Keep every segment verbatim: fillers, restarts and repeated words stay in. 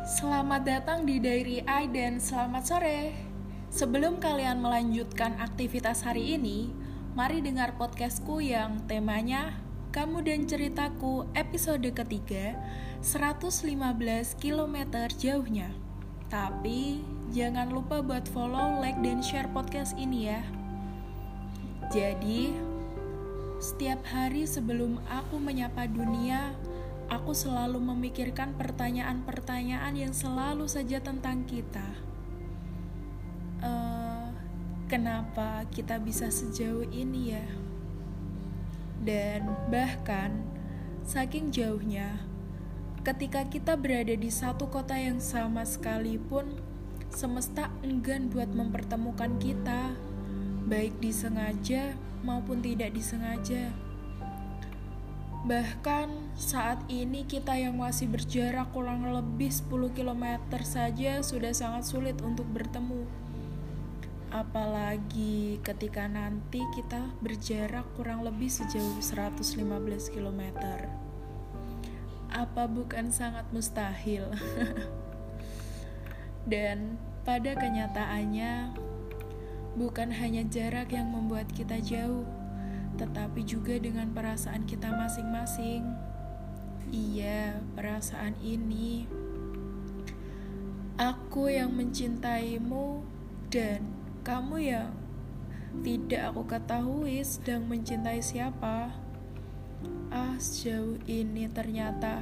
Selamat datang di Diary I dan selamat sore. Sebelum kalian melanjutkan aktivitas hari ini, mari dengar podcastku yang temanya Kamu dan Ceritaku episode ketiga, seratus lima belas kilometer jauhnya. Tapi jangan lupa buat follow, like, dan share podcast ini ya. Jadi, setiap hari sebelum aku menyapa dunia, aku selalu memikirkan pertanyaan-pertanyaan yang selalu saja tentang kita. Uh, kenapa kita bisa sejauh ini ya? Dan bahkan, saking jauhnya, ketika kita berada di satu kota yang sama sekalipun, semesta enggan buat mempertemukan kita, baik disengaja maupun tidak disengaja. Bahkan saat ini kita yang masih berjarak kurang lebih sepuluh kilometer saja sudah sangat sulit untuk bertemu. Apalagi ketika nanti kita berjarak kurang lebih sejauh seratus lima belas kilometer. Apa bukan sangat mustahil? Dan pada kenyataannya, bukan hanya jarak yang membuat kita jauh, tetapi juga dengan perasaan kita masing-masing. Iya, perasaan ini. Aku yang mencintaimu dan kamu yang tidak aku ketahui sedang mencintai siapa. Ah, sejauh ini ternyata.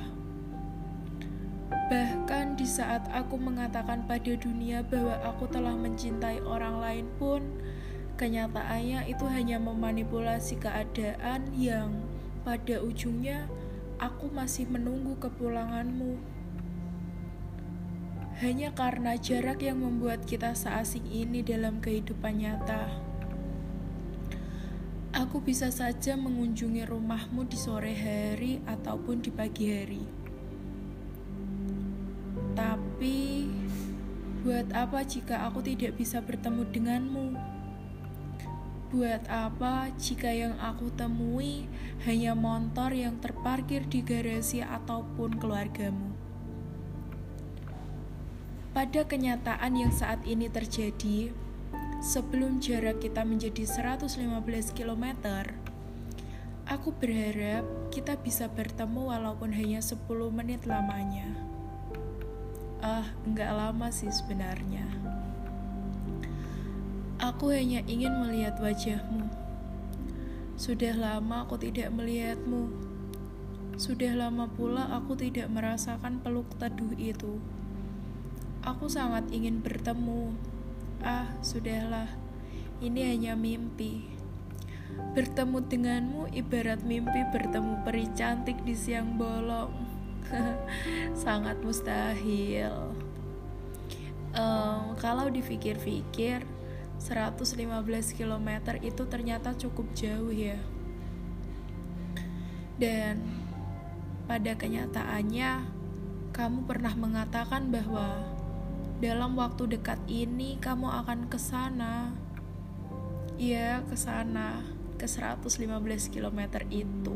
Bahkan di saat aku mengatakan pada dunia bahwa aku telah mencintai orang lain pun, kenyataannya itu hanya memanipulasi keadaan yang pada ujungnya aku masih menunggu kepulanganmu. Hanya karena jarak yang membuat kita seasing ini dalam kehidupan nyata. Aku bisa saja mengunjungi rumahmu di sore hari ataupun di pagi hari. Tapi, buat apa jika aku tidak bisa bertemu denganmu? Buat apa jika yang aku temui hanya motor yang terparkir di garasi ataupun keluargamu? Pada kenyataan yang saat ini terjadi, sebelum jarak kita menjadi seratus lima belas kilometer, aku berharap kita bisa bertemu walaupun hanya sepuluh menit lamanya. Ah, enggak lama sih sebenarnya. Aku hanya ingin melihat wajahmu. Sudah lama aku tidak melihatmu. Sudah lama pula aku tidak merasakan peluk teduh itu. Aku sangat ingin bertemu. Ah, sudahlah. Ini hanya mimpi. Bertemu denganmu ibarat mimpi bertemu peri cantik di siang bolong. Sangat mustahil. Um, kalau dipikir-pikir, seratus lima belas kilometer itu ternyata cukup jauh ya. Dan pada kenyataannya, kamu pernah mengatakan bahwa dalam waktu dekat ini kamu akan ke sana. Iya, ke sana, ke seratus lima belas kilometer itu.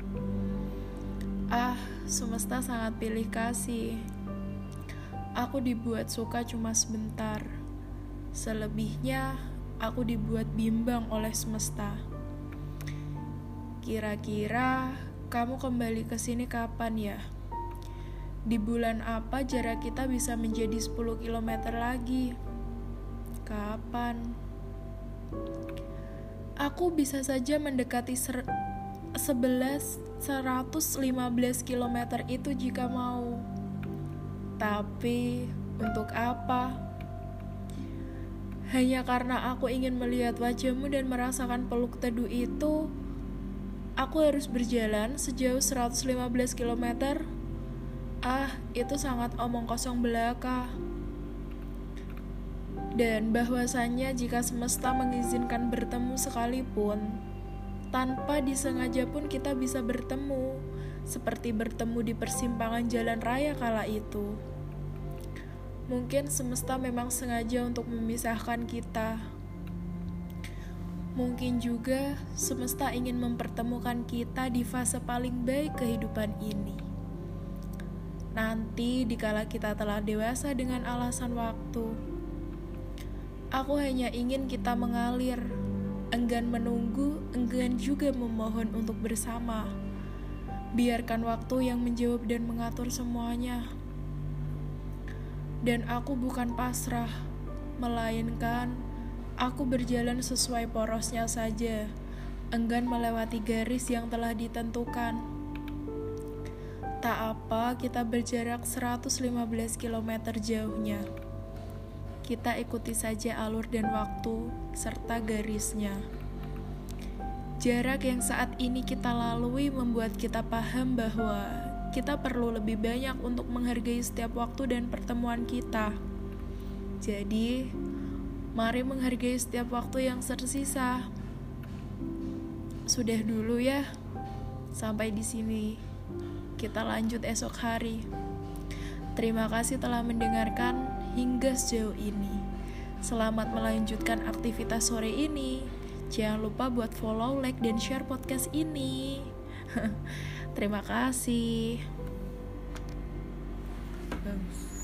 Ah, semesta sangat pilih kasih. Aku dibuat suka cuma sebentar. Selebihnya, aku dibuat bimbang oleh semesta. Kira-kira kamu kembali ke sini kapan ya? Di bulan apa jarak kita bisa menjadi sepuluh kilometer lagi? Kapan? Aku bisa saja mendekati ser- sebelas seratus lima belas kilometer itu jika mau. Tapi untuk apa? Hanya karena aku ingin melihat wajahmu dan merasakan peluk teduh itu, aku harus berjalan sejauh seratus lima belas kilometer. Ah, itu sangat omong kosong belaka. Dan bahwasannya jika semesta mengizinkan bertemu sekalipun, tanpa disengaja pun kita bisa bertemu, seperti bertemu di persimpangan jalan raya kala itu. Mungkin semesta memang sengaja untuk memisahkan kita. Mungkin juga semesta ingin mempertemukan kita di fase paling baik kehidupan ini. nanti dikala kita telah dewasa dengan alasan waktu. Aku hanya ingin kita mengalir, enggan menunggu, enggan juga memohon untuk bersama. Biarkan waktu yang menjawab dan mengatur semuanya. Dan aku bukan pasrah, melainkan aku berjalan sesuai porosnya saja, enggan melewati garis yang telah ditentukan. Tak apa kita berjarak seratus lima belas kilometer jauhnya. Kita ikuti saja alur dan waktu serta garisnya. Jarak yang saat ini kita lalui membuat kita paham bahwa kita perlu lebih banyak untuk menghargai setiap waktu dan pertemuan kita. Jadi, mari menghargai setiap waktu yang tersisa. Sudah dulu ya. Sampai di sini. Kita lanjut esok hari. Terima kasih telah mendengarkan hingga sejauh ini. Selamat melanjutkan aktivitas sore ini. Jangan lupa buat follow, like, dan share podcast ini. Terima kasih. Bagus.